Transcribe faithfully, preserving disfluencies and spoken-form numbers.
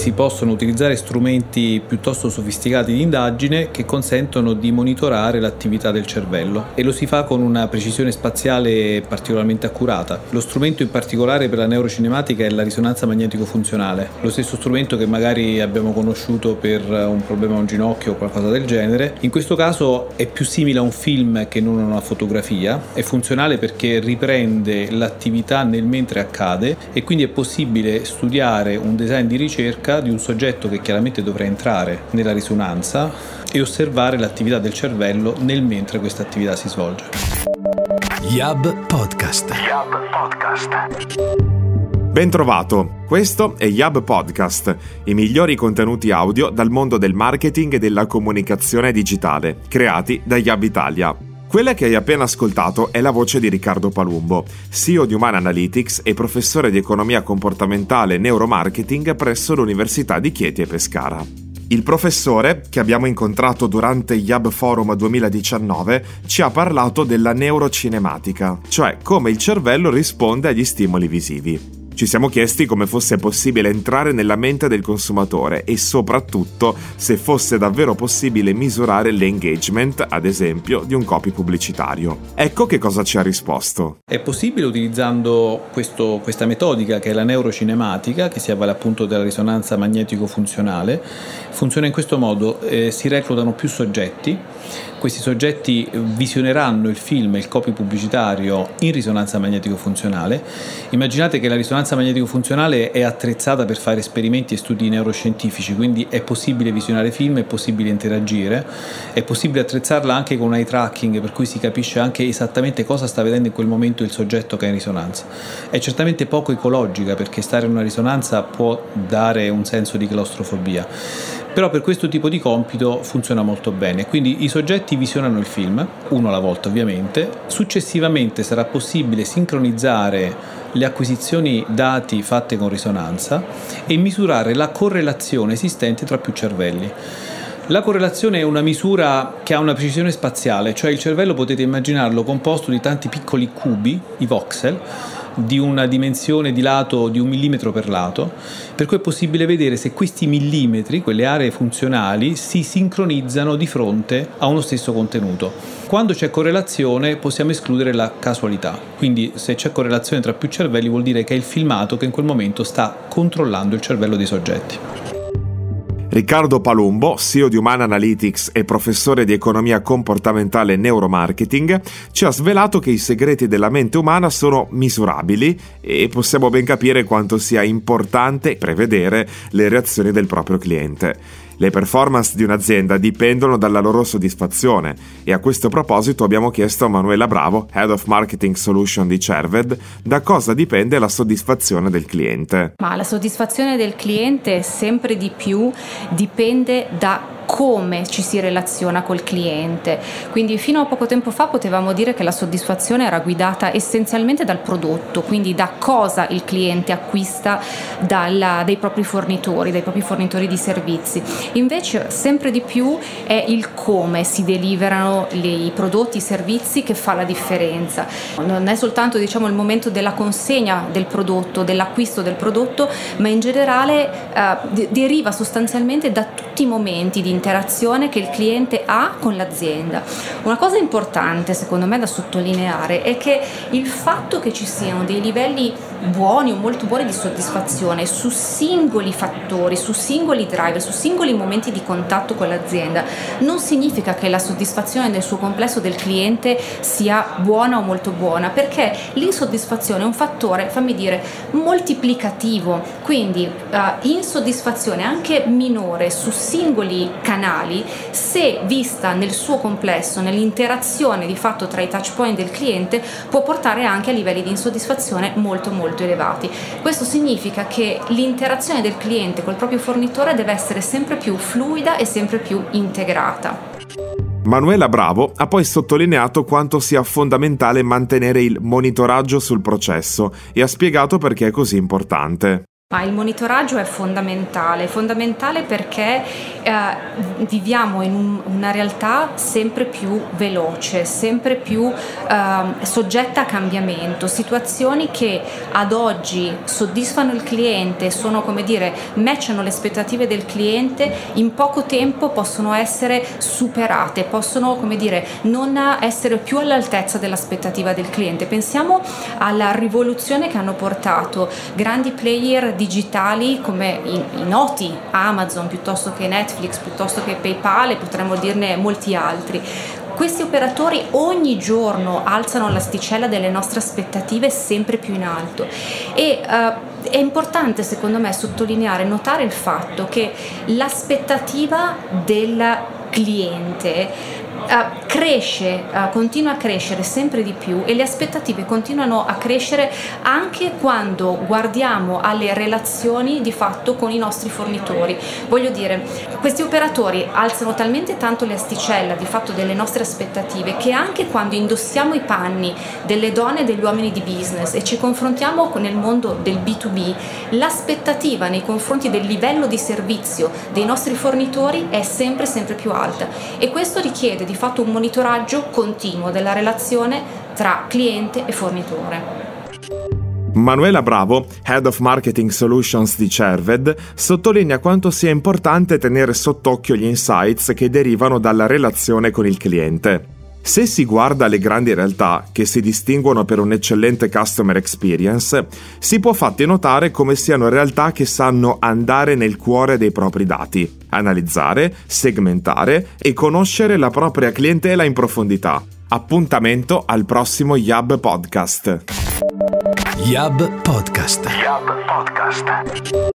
si possono utilizzare strumenti piuttosto sofisticati di indagine che consentono di monitorare l'attività del cervello, e lo si fa con una precisione spaziale particolarmente accurata. Lo strumento in particolare per la neurocinematica è la risonanza magnetico-funzionale, lo stesso strumento che magari abbiamo conosciuto per un problema a un ginocchio o qualcosa del genere. In questo caso è più simile a un film che non a una fotografia, è funzionale perché riprende l'attività nel mentre accade, e quindi è possibile studiare un design di ricerca di un soggetto che chiaramente dovrà entrare nella risonanza e osservare l'attività del cervello nel mentre questa attività si svolge. Yab Podcast. Yab Podcast. Ben trovato, questo è Yab Podcast, i migliori contenuti audio dal mondo del marketing e della comunicazione digitale, creati da Yab Italia. Quella che hai appena ascoltato è la voce di Riccardo Palumbo, C E O di Humana Analytics e professore di economia comportamentale e neuromarketing presso l'Università di Chieti e Pescara. Il professore, che abbiamo incontrato durante Yab Forum duemiladiciannove, ci ha parlato della neurocinematica, cioè come il cervello risponde agli stimoli visivi. Ci siamo chiesti come fosse possibile entrare nella mente del consumatore e soprattutto se fosse davvero possibile misurare l'engagement, ad esempio, di un copy pubblicitario. Ecco che cosa ci ha risposto. È possibile utilizzando questo, questa metodica che è la neurocinematica, che si avvale appunto della risonanza magnetico-funzionale. Funziona in questo modo: eh, si reclutano più soggetti. Questi soggetti visioneranno il film e il copy pubblicitario in risonanza magnetico-funzionale. Immaginate che la risonanza magnetico-funzionale è attrezzata per fare esperimenti e studi neuroscientifici, quindi è possibile visionare film, è possibile interagire, è possibile attrezzarla anche con eye tracking, per cui si capisce anche esattamente cosa sta vedendo in quel momento il soggetto che è in risonanza. È certamente poco ecologica, perché stare in una risonanza può dare un senso di claustrofobia, però per questo tipo di compito funziona molto bene. Quindi i soggetti visionano il film, uno alla volta ovviamente. Successivamente sarà possibile sincronizzare le acquisizioni dati fatte con risonanza e misurare la correlazione esistente tra più cervelli. La correlazione è una misura che ha una precisione spaziale, cioè il cervello potete immaginarlo composto di tanti piccoli cubi, i voxel, di una dimensione di lato di un millimetro per lato, per cui è possibile vedere se questi millimetri, quelle aree funzionali, si sincronizzano di fronte a uno stesso contenuto. Quando c'è correlazione possiamo escludere la casualità, quindi se c'è correlazione tra più cervelli vuol dire che è il filmato che in quel momento sta controllando il cervello dei soggetti. Riccardo Palumbo, C E O di Humana Analytics e professore di economia comportamentale e neuromarketing, ci ha svelato che i segreti della mente umana sono misurabili e possiamo ben capire quanto sia importante prevedere le reazioni del proprio cliente. Le performance di un'azienda dipendono dalla loro soddisfazione e a questo proposito abbiamo chiesto a Manuela Bravo, Head of Marketing Solution di Cerved, da cosa dipende la soddisfazione del cliente. Ma la soddisfazione del cliente sempre di più dipende da come ci si relaziona col cliente. Quindi fino a poco tempo fa potevamo dire che la soddisfazione era guidata essenzialmente dal prodotto, quindi da cosa il cliente acquista dalla, dai propri fornitori, dai propri fornitori di servizi. Invece sempre di più è il come si deliverano le, i prodotti, i servizi che fa la differenza. Non è soltanto, diciamo, il momento della consegna del prodotto, dell'acquisto del prodotto, ma in generale eh, de- deriva sostanzialmente da tutti i momenti di interazione che il cliente ha con l'azienda. Una cosa importante secondo me da sottolineare è che il fatto che ci siano dei livelli buoni o molto buoni di soddisfazione su singoli fattori, su singoli driver, su singoli momenti di contatto con l'azienda non significa che la soddisfazione nel suo complesso del cliente sia buona o molto buona, perché l'insoddisfazione è un fattore, fammi dire, moltiplicativo. Quindi uh, insoddisfazione anche minore su singoli canali, se vista nel suo complesso, nell'interazione di fatto tra i touch point del cliente, può portare anche a livelli di insoddisfazione molto molto elevati. Questo significa che l'interazione del cliente col proprio fornitore deve essere sempre più fluida e sempre più integrata. Manuela Bravo ha poi sottolineato quanto sia fondamentale mantenere il monitoraggio sul processo e ha spiegato perché è così importante. Ma il monitoraggio è fondamentale, fondamentale perché eh, viviamo in un, una realtà sempre più veloce, sempre più eh, soggetta a cambiamento, situazioni che ad oggi soddisfano il cliente, sono, come dire, matchano le aspettative del cliente, in poco tempo possono essere superate, possono, come dire, non essere più all'altezza dell'aspettativa del cliente. Pensiamo alla rivoluzione che hanno portato grandi player digitali come i, i noti Amazon, piuttosto che Netflix, piuttosto che PayPal, e potremmo dirne molti altri. Questi operatori ogni giorno alzano l'asticella delle nostre aspettative sempre più in alto e uh, è importante, secondo me, sottolineare, notare il fatto che l'aspettativa del cliente Uh, cresce, uh, continua a crescere sempre di più e le aspettative continuano a crescere anche quando guardiamo alle relazioni di fatto con i nostri fornitori. Voglio dire, questi operatori alzano talmente tanto le asticelle di fatto delle nostre aspettative che anche quando indossiamo i panni delle donne e degli uomini di business e ci confrontiamo con il mondo del B due B, l'aspettativa nei confronti del livello di servizio dei nostri fornitori è sempre sempre più alta e questo richiede di fatto un monitoraggio continuo della relazione tra cliente e fornitore. Manuela Bravo, Head of Marketing Solutions di Cerved, sottolinea quanto sia importante tenere sott'occhio gli insights che derivano dalla relazione con il cliente. Se si guarda le grandi realtà che si distinguono per un'eccellente customer experience, si può fatti notare come siano realtà che sanno andare nel cuore dei propri dati, analizzare, segmentare e conoscere la propria clientela in profondità. Appuntamento al prossimo Yab Podcast. Yab Podcast. Yab Podcast.